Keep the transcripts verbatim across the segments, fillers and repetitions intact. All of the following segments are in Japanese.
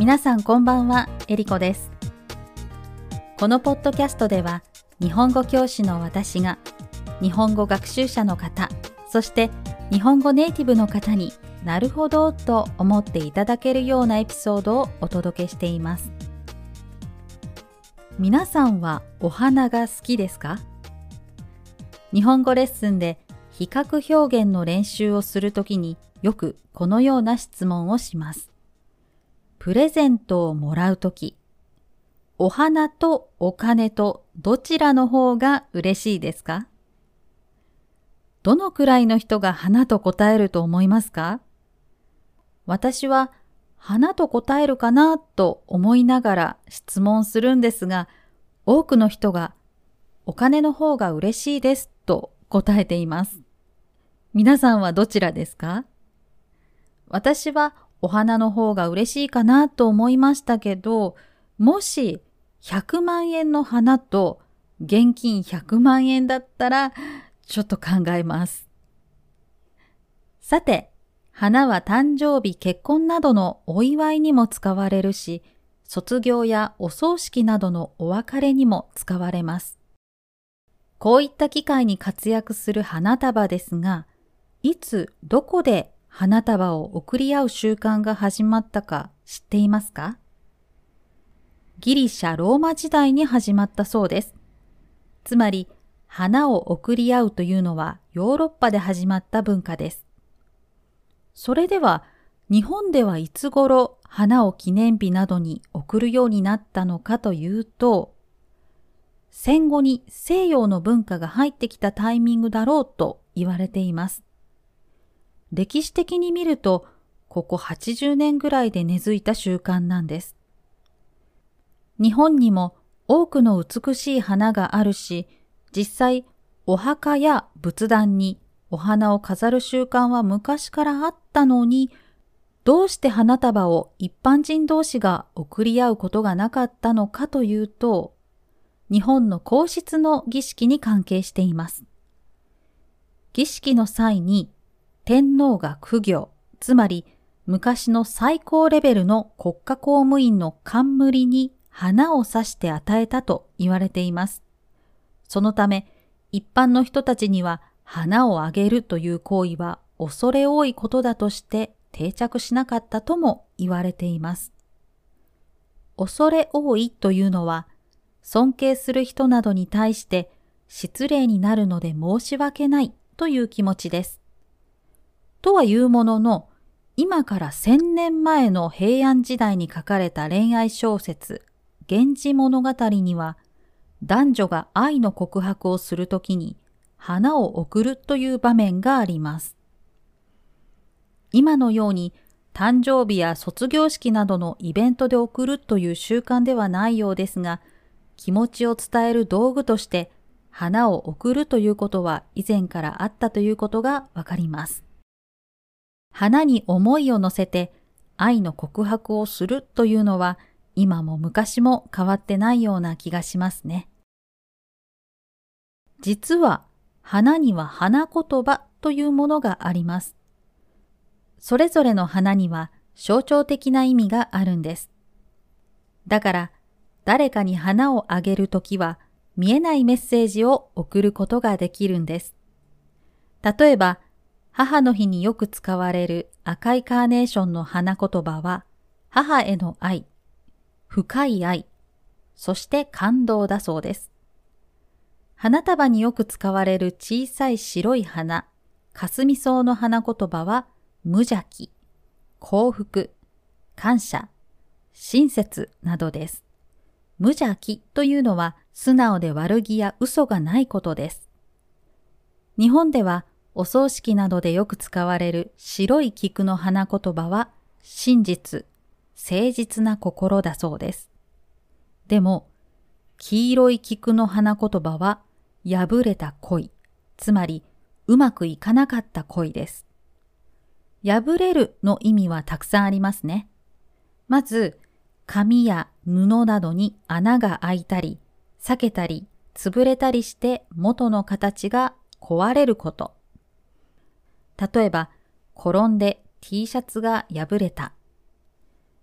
皆さんこんばんは、えりこです。このポッドキャストでは、日本語教師の私が、日本語学習者の方、そして日本語ネイティブの方になるほどと思っていただけるようなエピソードをお届けしています。皆さんはお花が好きですか？日本語レッスンで比較表現の練習をするときによくこのような質問をします。プレゼントをもらうとき、お花とお金とどちらの方が嬉しいですか？どのくらいの人が花と答えると思いますか？私は花と答えるかなと思いながら質問するんですが、多くの人がお金の方が嬉しいですと答えています。皆さんはどちらですか？私はお花の方が嬉しいかなと思いましたけど、もしひゃくまんえんの花と現金ひゃくまんえんだったらちょっと考えます。さて、花は誕生日、結婚などのお祝いにも使われるし、卒業やお葬式などのお別れにも使われます。こういった機会に活躍する花束ですが、いつどこで花束を贈り合う習慣が始まったか知っていますか？ギリシャ・ローマ時代に始まったそうです。つまり、花を贈り合うというのはヨーロッパで始まった文化です。それでは、日本ではいつ頃花を記念日などに贈るようになったのかというと、戦後に西洋の文化が入ってきたタイミングだろうと言われています。歴史的に見ると、ここはちじゅうねんぐらいで根付いた習慣なんです。日本にも多くの美しい花があるし、実際お墓や仏壇にお花を飾る習慣は昔からあったのに、どうして花束を一般人同士が贈り合うことがなかったのかというと、日本の皇室の儀式に関係しています。儀式の際に天皇が公卿、つまり昔の最高レベルの国家公務員の冠に花を刺して与えたと言われています。そのため、一般の人たちには花をあげるという行為は恐れ多いことだとして定着しなかったとも言われています。恐れ多いというのは、尊敬する人などに対して失礼になるので申し訳ないという気持ちです。とはいうものの、今から千年前の平安時代に書かれた恋愛小説、源氏物語には、男女が愛の告白をするときに花を贈るという場面があります。今のように誕生日や卒業式などのイベントで贈るという習慣ではないようですが、気持ちを伝える道具として花を贈るということは以前からあったということがわかります。花に思いを乗せて愛の告白をするというのは今も昔も変わってないような気がしますね。実は花には花言葉というものがあります。それぞれの花には象徴的な意味があるんです。だから誰かに花をあげるときは見えないメッセージを送ることができるんです。例えば母の日によく使われる赤いカーネーションの花言葉は母への愛、深い愛、そして感動だそうです。花束によく使われる小さい白い花、かすみ草の花言葉は無邪気、幸福、感謝、親切などです。無邪気というのは素直で悪気や嘘がないことです。日本ではお葬式などでよく使われる白い菊の花言葉は真実、誠実な心だそうです。でも、黄色い菊の花言葉は破れた恋、つまりうまくいかなかった恋です。破れるの意味はたくさんありますね。まず、紙や布などに穴が開いたり、裂けたり、潰れたりして元の形が壊れること。例えば、転んで T シャツが破れた。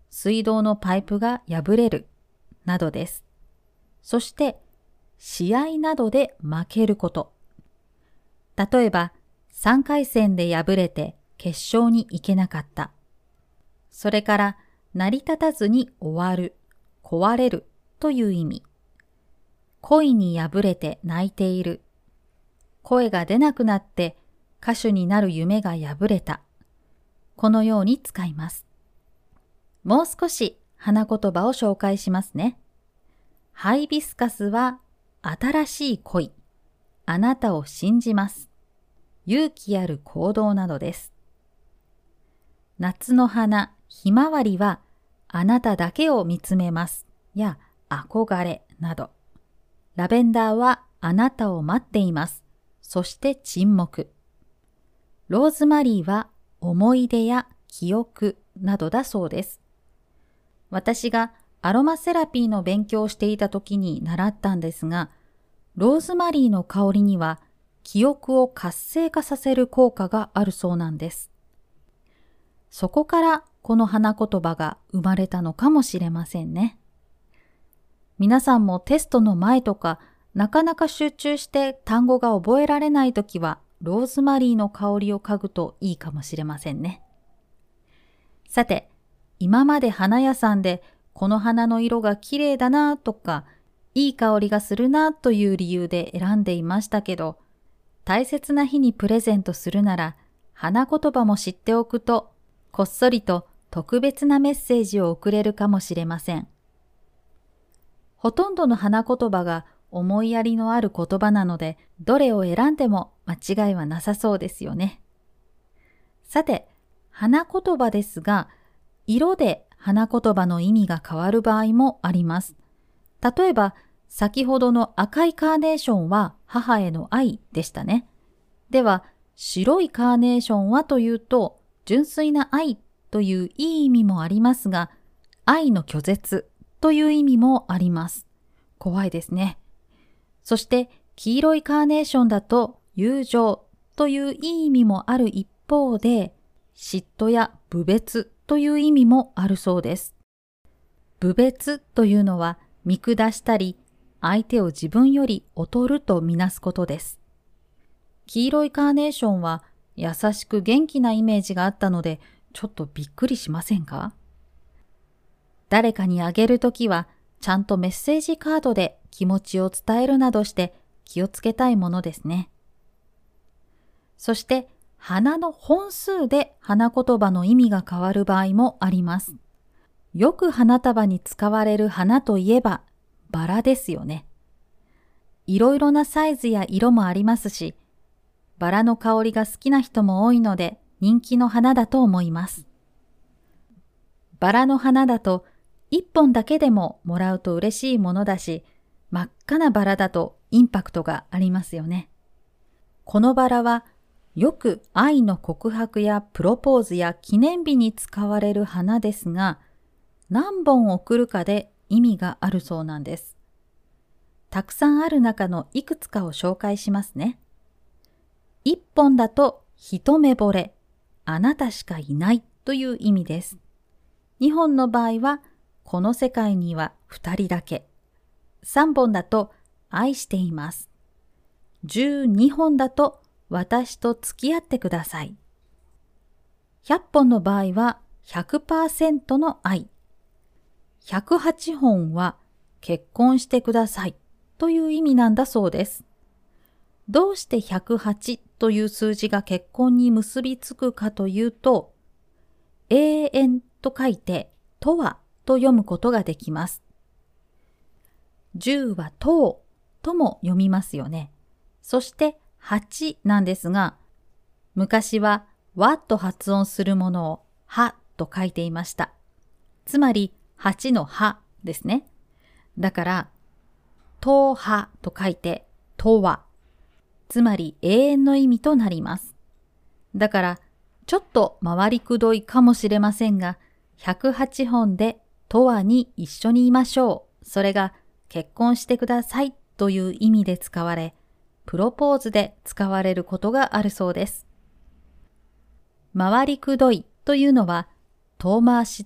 水道のパイプが破れるなどです。そして試合などで負けること。例えばさんかい戦で敗れて決勝に行けなかった。それから成り立たずに終わる、壊れるという意味。恋に敗れて泣いている。声が出なくなって歌手になる夢が破れた。このように使います。もう少し花言葉を紹介しますね。ハイビスカスは新しい恋。あなたを信じます。勇気ある行動などです。夏の花、ひまわりはあなただけを見つめますや憧れなど。ラベンダーはあなたを待っています。そして沈黙。ローズマリーは思い出や記憶などだそうです。私がアロマセラピーの勉強をしていた時に習ったんですが、ローズマリーの香りには記憶を活性化させる効果があるそうなんです。そこからこの花言葉が生まれたのかもしれませんね。皆さんもテストの前とかなかなか集中して単語が覚えられないときはローズマリーの香りを嗅ぐといいかもしれませんね。さて、今まで花屋さんでこの花の色が綺麗だなとかいい香りがするなという理由で選んでいましたけど、大切な日にプレゼントするなら花言葉も知っておくとこっそりと特別なメッセージを送れるかもしれません。ほとんどの花言葉が思いやりのある言葉なので、どれを選んでも間違いはなさそうですよね。さて、花言葉ですが、色で花言葉の意味が変わる場合もあります。例えば、先ほどの赤いカーネーションは母への愛でしたね。では、白いカーネーションはというと、純粋な愛といういい意味もありますが、愛の拒絶という意味もあります。怖いですね。そして黄色いカーネーションだと友情といういい意味もある一方で、嫉妬や侮蔑という意味もあるそうです。侮蔑というのは見下したり、相手を自分より劣るとみなすことです。黄色いカーネーションは優しく元気なイメージがあったので、ちょっとびっくりしませんか？誰かにあげるときは、ちゃんとメッセージカードで気持ちを伝えるなどして気をつけたいものですね。そして、花の本数で花言葉の意味が変わる場合もあります。よく花束に使われる花といえば、バラですよね。いろいろなサイズや色もありますし、バラの香りが好きな人も多いので人気の花だと思います。バラの花だと一本だけでももらうと嬉しいものだし、真っ赤なバラだとインパクトがありますよね。このバラはよく愛の告白やプロポーズや記念日に使われる花ですが、何本贈るかで意味があるそうなんです。たくさんある中のいくつかを紹介しますね。一本だと一目惚れ、あなたしかいないという意味です。二本の場合は、この世界には二人だけ。三本だと愛しています。十二本だと私と付き合ってください。百本の場合は ひゃくパーセント の愛。百八本は結婚してくださいという意味なんだそうです。どうしてひゃくはちという数字が結婚に結びつくかというと、永遠と書いて、とはと読むことができます。十はととも読みますよね。そしてはちなんですが、昔はわと発音するものをはと書いていました。つまりはちのはですね。だから、とはと書いて、とは。つまり永遠の意味となります。だから、ちょっと回りくどいかもしれませんが、ひゃくはちほんでとはに一緒にいましょう。それが結婚してくださいという意味で使われ、プロポーズで使われることがあるそうです。回りくどいというのは、遠回しで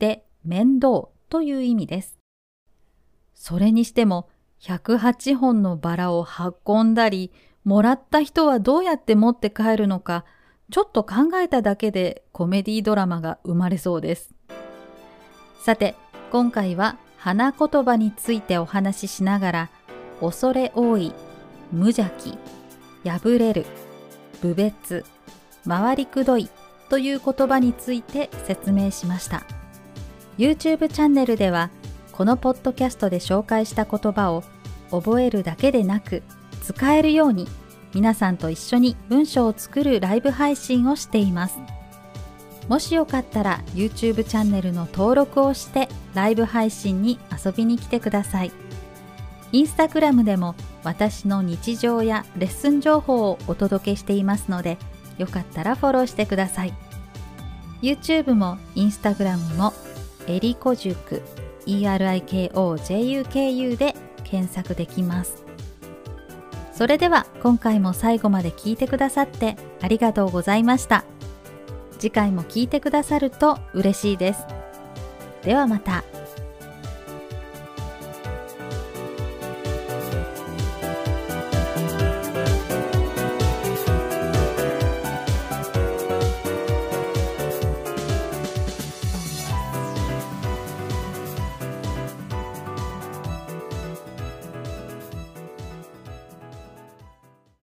面倒という意味です。それにしてもひゃくはちほんのバラを運んだり、もらった人はどうやって持って帰るのか、ちょっと考えただけでコメディドラマが生まれそうです。さて、今回は花言葉についてお話ししながら、恐れ多い、無邪気、破れる、侮蔑、回りくどいという言葉について説明しました。YouTube チャンネルでは、このポッドキャストで紹介した言葉を覚えるだけでなく、使えるように皆さんと一緒に文章を作るライブ配信をしています。もしよかったら YouTube チャンネルの登録をしてライブ配信に遊びに来てください。インスタグラムでも私の日常やレッスン情報をお届けしていますので、よかったらフォローしてください。YouTube もインスタグラムもエリコ塾 エリコジュク で検索できます。それでは今回も最後まで聞いてくださってありがとうございました。次回も聞いてくださると嬉しいです。ではまた。